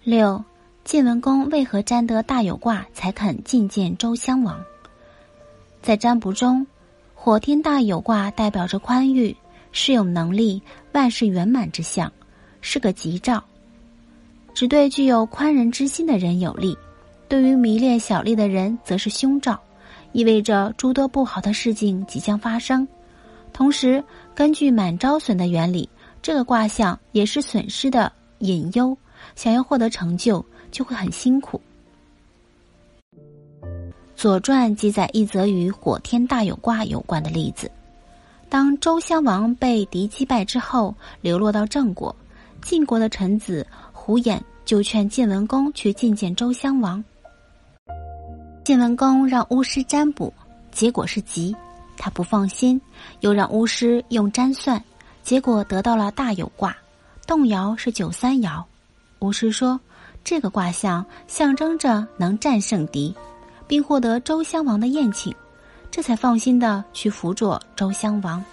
6. 晋文公为何占得大有卦才肯觐见周襄王？在占卜中，火天大有卦代表着宽裕，是有能力、万事圆满之象，是个吉兆，只对具有宽仁之心的人有利，对于迷恋小利的人则是凶兆，意味着诸多不好的事情即将发生。同时，根据满招损的原理，这个卦象也是损失的隐忧，想要获得成就就会很辛苦。左传记载一则与火天大有卦有关的例子。当周襄王被敌击败之后，流落到郑国，晋国的臣子胡衍就劝晋文公去觐见周襄王。晋文公让巫师占卜，结果是吉，他不放心，又让巫师用占算，结果得到了大有卦，动摇是93爻。巫师说，这个卦象象征着能战胜敌，并获得周襄王的宴请，这才放心的去辅佐周襄王。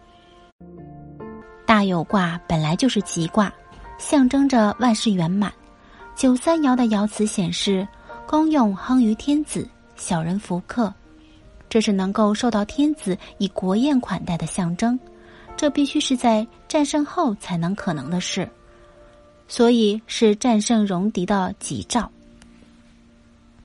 大有卦本来就是吉卦，象征着万事圆满。93爻的爻辞显示，公用亨于天子，小人服客，这是能够受到天子以国宴款待的象征，这必须是在战胜后才能可能的事，所以是战胜戎狄的吉兆。